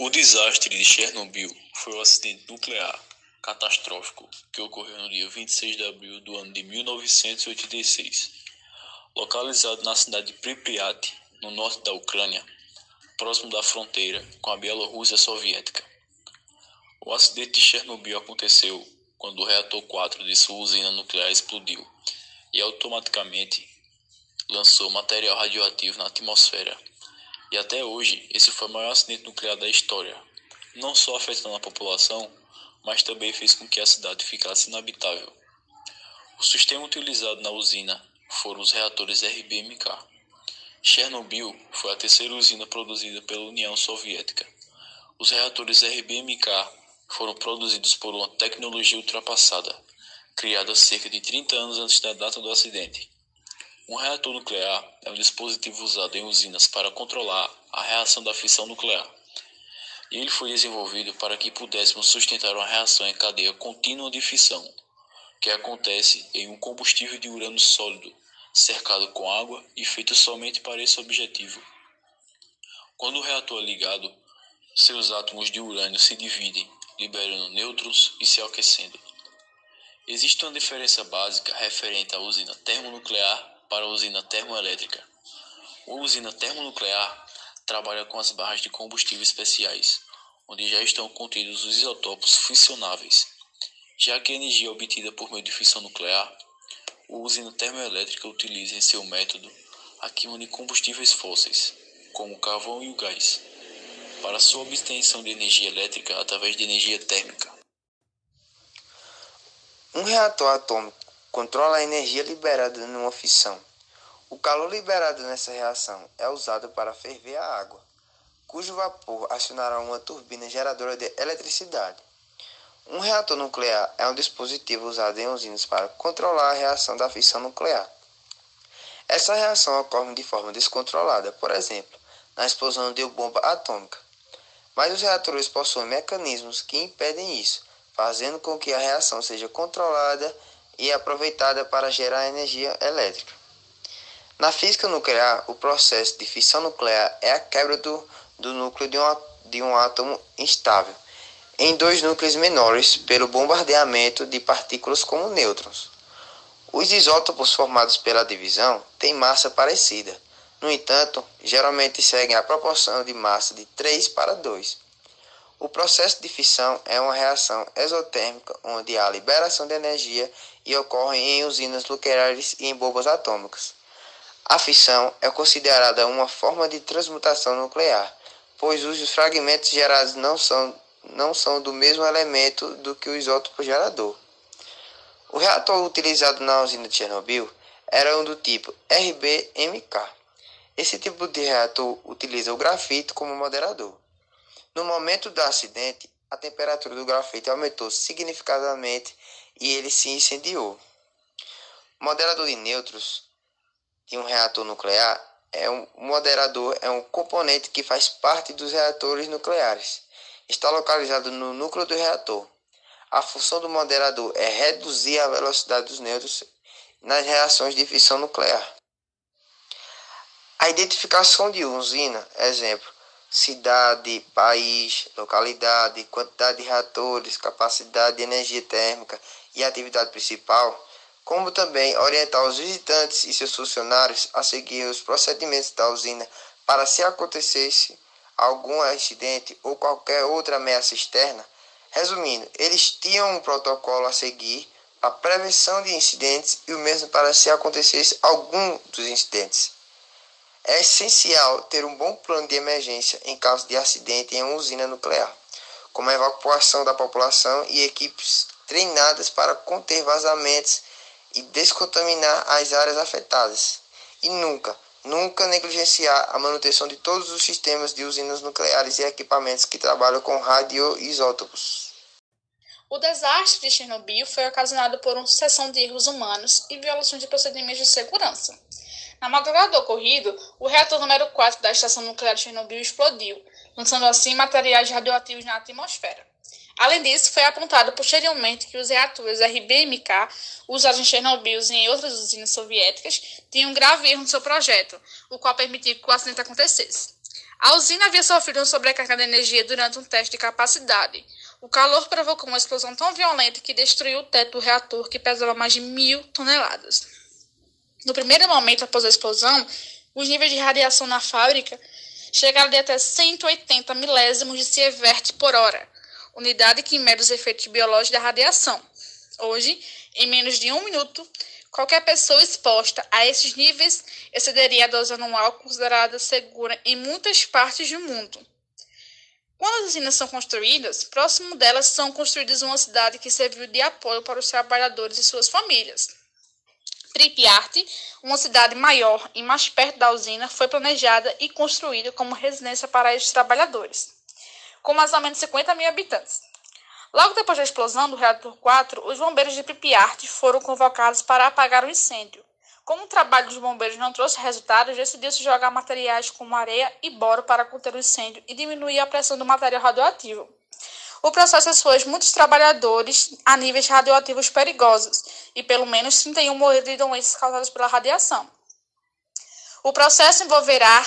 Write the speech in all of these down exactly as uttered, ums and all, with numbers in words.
O desastre de Chernobyl foi um acidente nuclear catastrófico que ocorreu no dia vinte e seis de abril do ano de mil novecentos e oitenta e seis, localizado na cidade de Pripyat, no norte da Ucrânia, próximo da fronteira com a Bielorrússia soviética. O acidente de Chernobyl aconteceu quando o reator quatro de sua usina nuclear explodiu e automaticamente lançou material radioativo na atmosfera. E até hoje, esse foi o maior acidente nuclear da história, não só afetando a população, mas também fez com que a cidade ficasse inabitável. O sistema utilizado na usina foram os reatores R B M K. Chernobyl foi a terceira usina produzida pela União Soviética. Os reatores R B M K foram produzidos por uma tecnologia ultrapassada, criada cerca de trinta anos antes da data do acidente. Um reator nuclear é um dispositivo usado em usinas para controlar a reação da fissão nuclear. E ele foi desenvolvido para que pudéssemos sustentar uma reação em cadeia contínua de fissão, que acontece em um combustível de urânio sólido, cercado com água e feito somente para esse objetivo. Quando o reator é ligado, seus átomos de urânio se dividem, liberando nêutrons e se aquecendo. Existe uma diferença básica referente à usina termonuclear para a usina termoelétrica. A usina termonuclear trabalha com as barras de combustível especiais, onde já estão contidos os isótopos fissionáveis. Já que a energia é obtida por meio de fissão nuclear, a usina termoelétrica utiliza em seu método a queima de combustíveis fósseis, como o carvão e o gás, para sua obtenção de energia elétrica através de energia térmica. Um reator atômico controla a energia liberada numa fissão. O calor liberado nessa reação é usado para ferver a água, cujo vapor acionará uma turbina geradora de eletricidade. Um reator nuclear é um dispositivo usado em usinas para controlar a reação da fissão nuclear. Essa reação ocorre de forma descontrolada, por exemplo, na explosão de uma bomba atômica. Mas os reatores possuem mecanismos que impedem isso, fazendo com que a reação seja controlada e aproveitada para gerar energia elétrica. Na física nuclear, o processo de fissão nuclear é a quebra do, do núcleo de um, de um átomo instável em dois núcleos menores pelo bombardeamento de partículas como nêutrons. Os isótopos formados pela divisão têm massa parecida. No entanto, geralmente seguem a proporção de massa de três para dois. O processo de fissão é uma reação exotérmica onde há liberação de energia e ocorre em usinas nucleares e em bombas atômicas. A fissão é considerada uma forma de transmutação nuclear, pois os fragmentos gerados não são, não são do mesmo elemento do que o isótopo gerador. O reator utilizado na usina de Chernobyl era um do tipo R B M K. Esse tipo de reator utiliza o grafito como moderador. No momento do acidente, a temperatura do grafite aumentou significativamente e ele se incendiou. O moderador de nêutrons de um reator nuclear é um moderador é um componente que faz parte dos reatores nucleares. Está localizado no núcleo do reator. A função do moderador é reduzir a velocidade dos nêutrons nas reações de fissão nuclear. A identificação de usina, exemplo, cidade, país, localidade, quantidade de reatores, capacidade de energia térmica e atividade principal, como também orientar os visitantes e seus funcionários a seguir os procedimentos da usina para, se acontecesse algum acidente ou qualquer outra ameaça externa. Resumindo, eles tinham um protocolo a seguir para a prevenção de incidentes e o mesmo para se acontecesse algum dos incidentes. É essencial ter um bom plano de emergência em caso de acidente em uma usina nuclear, como a evacuação da população e equipes treinadas para conter vazamentos e descontaminar as áreas afetadas. E nunca, nunca negligenciar a manutenção de todos os sistemas de usinas nucleares e equipamentos que trabalham com radioisótopos. O desastre de Chernobyl foi ocasionado por uma sucessão de erros humanos e violações de procedimentos de segurança. Na madrugada do ocorrido, o reator número quatro da estação nuclear de Chernobyl explodiu, lançando assim materiais radioativos na atmosfera. Além disso, foi apontado posteriormente que os reatores R B M K, usados em Chernobyl e em outras usinas soviéticas, tinham um grave erro no seu projeto, o qual permitiu que o acidente acontecesse. A usina havia sofrido uma sobrecarga de energia durante um teste de capacidade. O calor provocou uma explosão tão violenta que destruiu o teto do reator, que pesava mais de mil toneladas. No primeiro momento após a explosão, os níveis de radiação na fábrica chegaram de até cento e oitenta milésimos de sievert por hora, unidade que mede os efeitos biológicos da radiação. Hoje, em menos de um minuto, qualquer pessoa exposta a esses níveis excederia a dose anual considerada segura em muitas partes do mundo. Quando as usinas são construídas, próximo delas são construídas uma cidade que serviu de apoio para os trabalhadores e suas famílias. Pripyat, uma cidade maior e mais perto da usina, foi planejada e construída como residência para estes trabalhadores, com mais ou menos cinquenta mil habitantes. Logo depois da explosão do reator quatro, os bombeiros de Pripyat foram convocados para apagar o incêndio. Como o trabalho dos bombeiros não trouxe resultados, decidiu-se jogar materiais como areia e boro para conter o incêndio e diminuir a pressão do material radioativo. O processo expôs muitos trabalhadores a níveis radioativos perigosos e pelo menos trinta e um morreram de doenças causadas pela radiação. O processo envolverá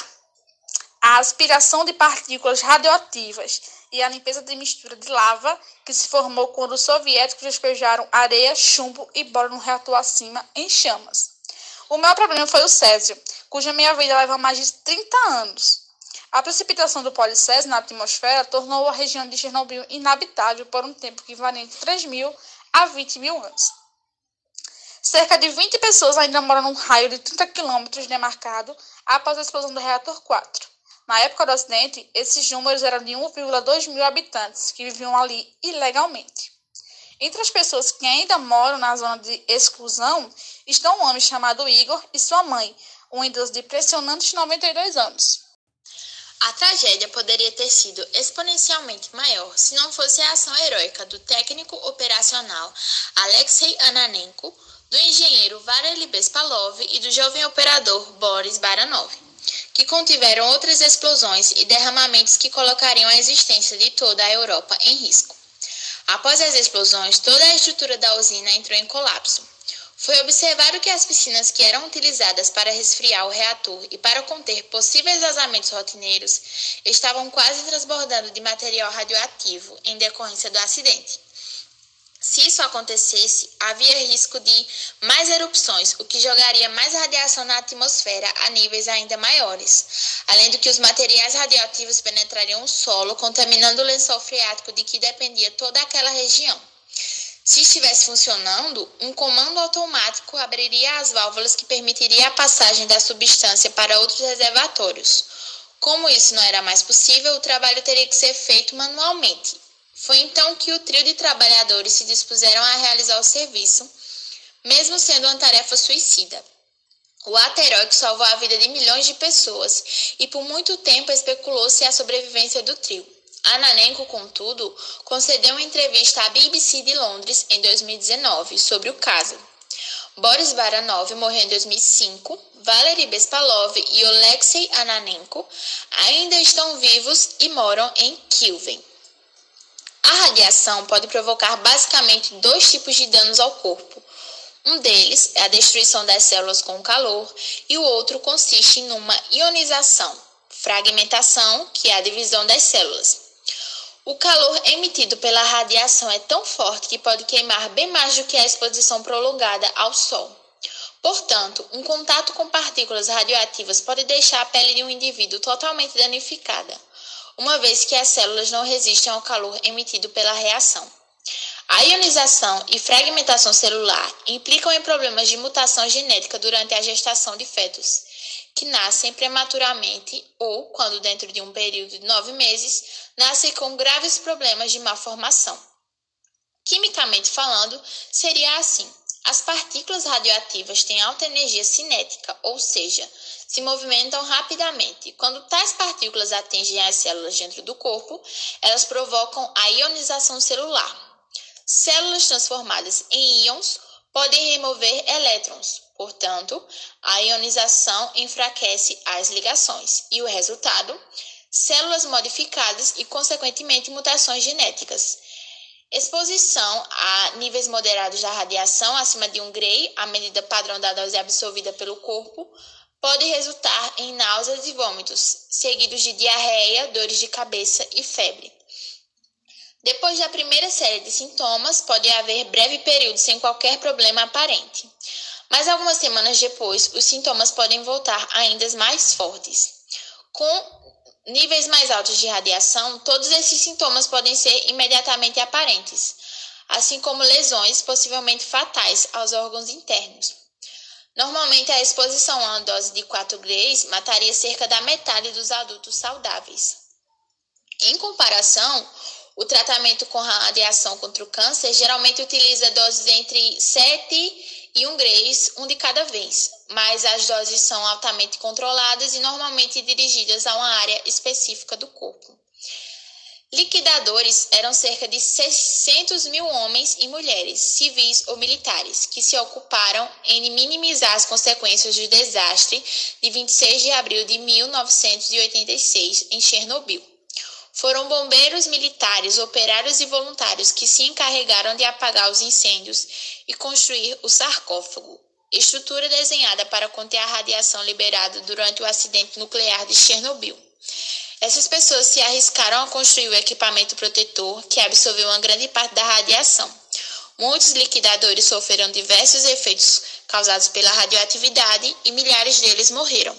a aspiração de partículas radioativas e a limpeza de mistura de lava que se formou quando os soviéticos despejaram areia, chumbo e boro no reator acima em chamas. O maior problema foi o césio, cuja meia-vida leva mais de trinta anos. A precipitação do policésio na atmosfera tornou a região de Chernobyl inabitável por um tempo que varia entre três mil a vinte mil anos. Cerca de vinte pessoas ainda moram num raio de trinta quilômetros demarcado após a explosão do reator quatro. Na época do acidente, esses números eram de um vírgula dois mil habitantes que viviam ali ilegalmente. Entre as pessoas que ainda moram na zona de exclusão estão um homem chamado Igor e sua mãe, um idoso de impressionantes noventa e dois anos. A tragédia poderia ter sido exponencialmente maior se não fosse a ação heróica do técnico operacional Alexei Ananenko, do engenheiro Valery Bespalov e do jovem operador Boris Baranov, que contiveram outras explosões e derramamentos que colocariam a existência de toda a Europa em risco. Após as explosões, toda a estrutura da usina entrou em colapso. Foi observado que as piscinas que eram utilizadas para resfriar o reator e para conter possíveis vazamentos rotineiros estavam quase transbordando de material radioativo em decorrência do acidente. Se isso acontecesse, havia risco de mais erupções, o que jogaria mais radiação na atmosfera a níveis ainda maiores, além do que os materiais radioativos penetrariam o solo, contaminando o lençol freático de que dependia toda aquela região. Se estivesse funcionando, um comando automático abriria as válvulas que permitiria a passagem da substância para outros reservatórios. Como isso não era mais possível, o trabalho teria que ser feito manualmente. Foi então que o trio de trabalhadores se dispuseram a realizar o serviço, mesmo sendo uma tarefa suicida. O ato heróico salvou a vida de milhões de pessoas e por muito tempo especulou-se a sobrevivência do trio. Ananenko, contudo, concedeu uma entrevista à B B C de Londres em dois mil e dezenove sobre o caso. Boris Baranov morreu em dois mil e cinco, Valery Bespalov e Alexei Ananenko ainda estão vivos e moram em Kilven. A radiação pode provocar basicamente dois tipos de danos ao corpo. Um deles é a destruição das células com calor e o outro consiste numa ionização, fragmentação, que é a divisão das células. O calor emitido pela radiação é tão forte que pode queimar bem mais do que a exposição prolongada ao sol. Portanto, um contato com partículas radioativas pode deixar a pele de um indivíduo totalmente danificada, uma vez que as células não resistem ao calor emitido pela reação. A ionização e fragmentação celular implicam em problemas de mutação genética durante a gestação de fetos, que nascem prematuramente ou, quando dentro de um período de nove meses, nascem com graves problemas de malformação. Quimicamente falando, seria assim: as partículas radioativas têm alta energia cinética, ou seja, se movimentam rapidamente. Quando tais partículas atingem as células dentro do corpo, elas provocam a ionização celular. Células transformadas em íons podem remover elétrons, portanto, a ionização enfraquece as ligações e o resultado, células modificadas e, consequentemente, mutações genéticas. Exposição a níveis moderados da radiação, acima de um Gray, a medida padrão da dose absorvida pelo corpo, pode resultar em náuseas e vômitos, seguidos de diarreia, dores de cabeça e febre. Depois da primeira série de sintomas, pode haver breve período sem qualquer problema aparente. Mas algumas semanas depois, os sintomas podem voltar ainda mais fortes. Com níveis mais altos de radiação, todos esses sintomas podem ser imediatamente aparentes, assim como lesões possivelmente fatais aos órgãos internos. Normalmente, a exposição a uma dose de quatro grays mataria cerca da metade dos adultos saudáveis. Em comparação, o tratamento com radiação contra o câncer geralmente utiliza doses entre sete e um grays, um de cada vez, mas as doses são altamente controladas e normalmente dirigidas a uma área específica do corpo. Liquidadores eram cerca de seiscentos mil homens e mulheres, civis ou militares, que se ocuparam em minimizar as consequências do desastre de vinte e seis de abril de mil novecentos e oitenta e seis em Chernobyl. Foram bombeiros militares, operários e voluntários que se encarregaram de apagar os incêndios e construir o sarcófago, estrutura desenhada para conter a radiação liberada durante o acidente nuclear de Chernobyl. Essas pessoas se arriscaram a construir o equipamento protetor que absorveu uma grande parte da radiação. Muitos liquidadores sofreram diversos efeitos causados pela radioatividade e milhares deles morreram.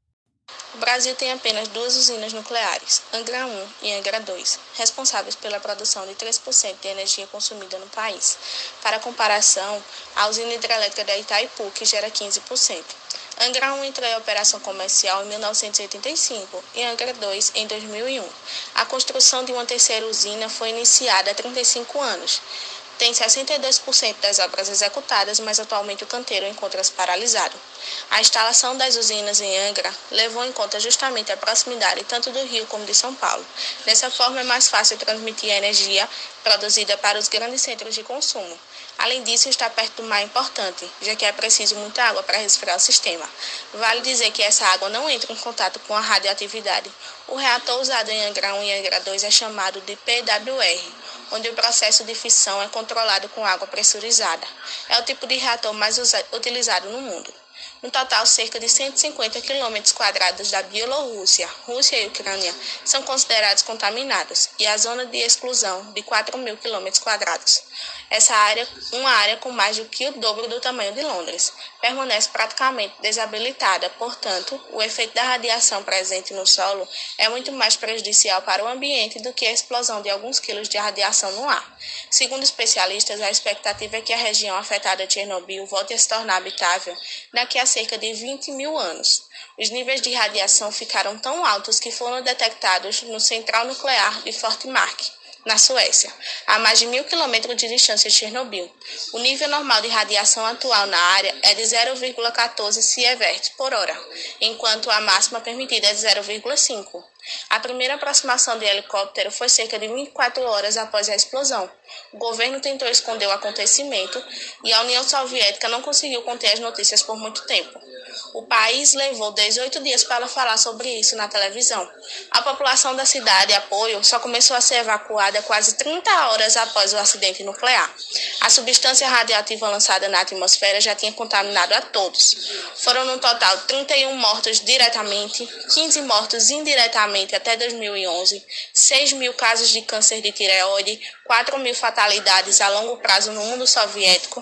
O Brasil tem apenas duas usinas nucleares, Angra um e Angra dois, responsáveis pela produção de três por cento de energia consumida no país. Para comparação, a usina hidrelétrica da Itaipu, que gera quinze por cento. Angra um entrou em operação comercial em mil novecentos e oitenta e cinco e Angra dois em dois mil e um. A construção de uma terceira usina foi iniciada há trinta e cinco anos. Tem sessenta e dois por cento das obras executadas, mas atualmente o canteiro encontra-se paralisado. A instalação das usinas em Angra levou em conta justamente a proximidade tanto do Rio como de São Paulo. Dessa forma, é mais fácil transmitir a energia produzida para os grandes centros de consumo. Além disso, estar perto do mar é importante, já que é preciso muita água para resfriar o sistema. Vale dizer que essa água não entra em contato com a radioatividade. O reator usado em Angra um e Angra dois é chamado de P W R, onde o processo de fissão é controlado com água pressurizada. É o tipo de reator mais utilizado no mundo. No total, cerca de cento e cinquenta quilômetros quadrados da Bielorrússia, Rússia e Ucrânia são considerados contaminados, e a zona de exclusão de quatro mil quilômetros quadrados. Essa área, uma área com mais do que o dobro do tamanho de Londres, permanece praticamente desabilitada. Portanto, o efeito da radiação presente no solo é muito mais prejudicial para o ambiente do que a explosão de alguns quilos de radiação no ar. Segundo especialistas, a expectativa é que a região afetada de Chernobyl volte a se tornar habitável daqui a cerca de vinte mil anos. Os níveis de radiação ficaram tão altos que foram detectados no central nuclear de Forsmark, na Suécia, a mais de mil quilômetros de distância de Chernobyl. O nível normal de radiação atual na área é de zero vírgula quatorze sieverts por hora, enquanto a máxima permitida é de zero vírgula cinco. A primeira aproximação de helicóptero foi cerca de vinte e quatro horas após a explosão. O governo tentou esconder o acontecimento e a União Soviética não conseguiu conter as notícias por muito tempo. O país levou dezoito dias para falar sobre isso na televisão. A população da cidade, apoio, só começou a ser evacuada quase trinta horas após o acidente nuclear. A substância radioativa lançada na atmosfera já tinha contaminado a todos. Foram no total trinta e um mortos diretamente, quinze mortos indiretamente até dois mil e onze, seis mil casos de câncer de tireoide, quatro mil fatalidades a longo prazo no mundo soviético,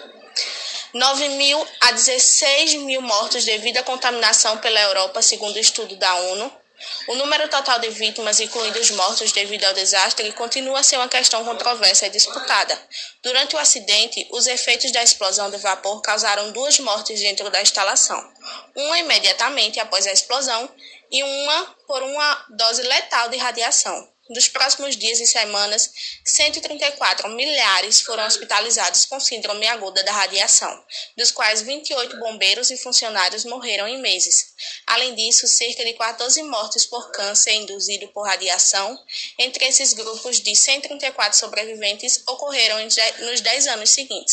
nove mil a dezesseis mil mortos devido à contaminação pela Europa, segundo o estudo da ONU. O número total de vítimas, incluindo os mortos devido ao desastre, continua a ser uma questão controversa e disputada. Durante o acidente, os efeitos da explosão de vapor causaram duas mortes dentro da instalação, uma imediatamente após a explosão e uma por uma dose letal de radiação. Nos próximos dias e semanas, cento e trinta e quatro milhares foram hospitalizados com síndrome aguda da radiação, dos quais vinte e oito bombeiros e funcionários morreram em meses. Além disso, cerca de quatorze mortes por câncer induzido por radiação. Entre esses grupos de cento e trinta e quatro sobreviventes ocorreram nos dez anos seguintes.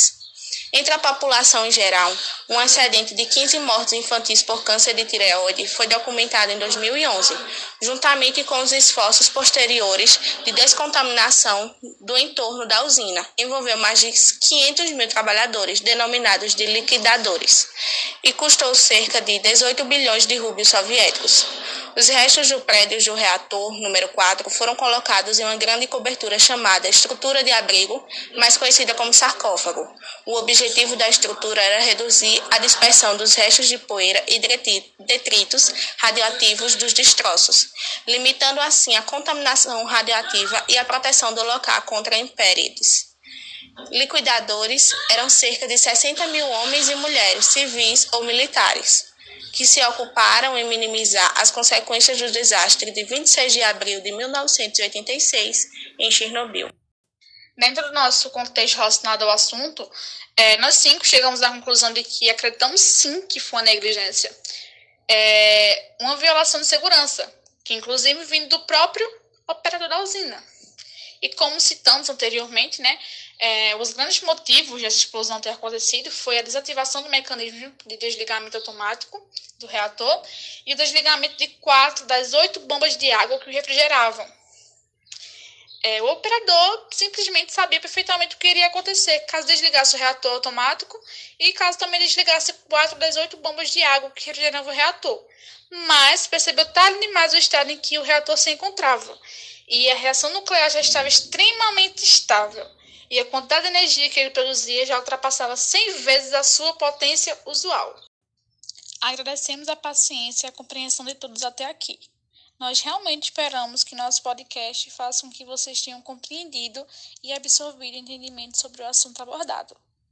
Entre a população em geral, um excedente de quinze mortes infantis por câncer de tireoide foi documentado em dois mil e onze, juntamente com os esforços posteriores de descontaminação do entorno da usina. Envolveu mais de quinhentos mil trabalhadores, denominados de liquidadores, e custou cerca de dezoito bilhões de rublos soviéticos. Os restos do prédio do reator número quatro foram colocados em uma grande cobertura chamada estrutura de abrigo, mais conhecida como sarcófago. O objetivo da estrutura era reduzir a dispersão dos restos de poeira e detritos radioativos dos destroços, limitando assim a contaminação radioativa e a proteção do local contra intempéries. Liquidadores eram cerca de sessenta mil homens e mulheres, civis ou militares, que se ocuparam em minimizar as consequências do desastre de vinte e seis de abril de mil novecentos e oitenta e seis em Chernobyl. Dentro do nosso contexto relacionado ao assunto, é, nós cinco chegamos à conclusão de que acreditamos sim que foi uma negligência. É, uma violação de segurança, que inclusive vindo do próprio operador da usina. E como citamos anteriormente, né, é, os grandes motivos dessa explosão ter acontecido foi a desativação do mecanismo de desligamento automático do reator e o desligamento de quatro das oito bombas de água que o refrigeravam. É, o operador simplesmente sabia perfeitamente o que iria acontecer caso desligasse o reator automático e caso também desligasse quatro das oito bombas de água que refrigeravam o reator. Mas percebeu tarde demais o estado em que o reator se encontrava. E a reação nuclear já estava extremamente estável. E a quantidade de energia que ele produzia já ultrapassava cem vezes a sua potência usual. Agradecemos a paciência e a compreensão de todos até aqui. Nós realmente esperamos que nosso podcast faça com que vocês tenham compreendido e absorvido entendimento sobre o assunto abordado.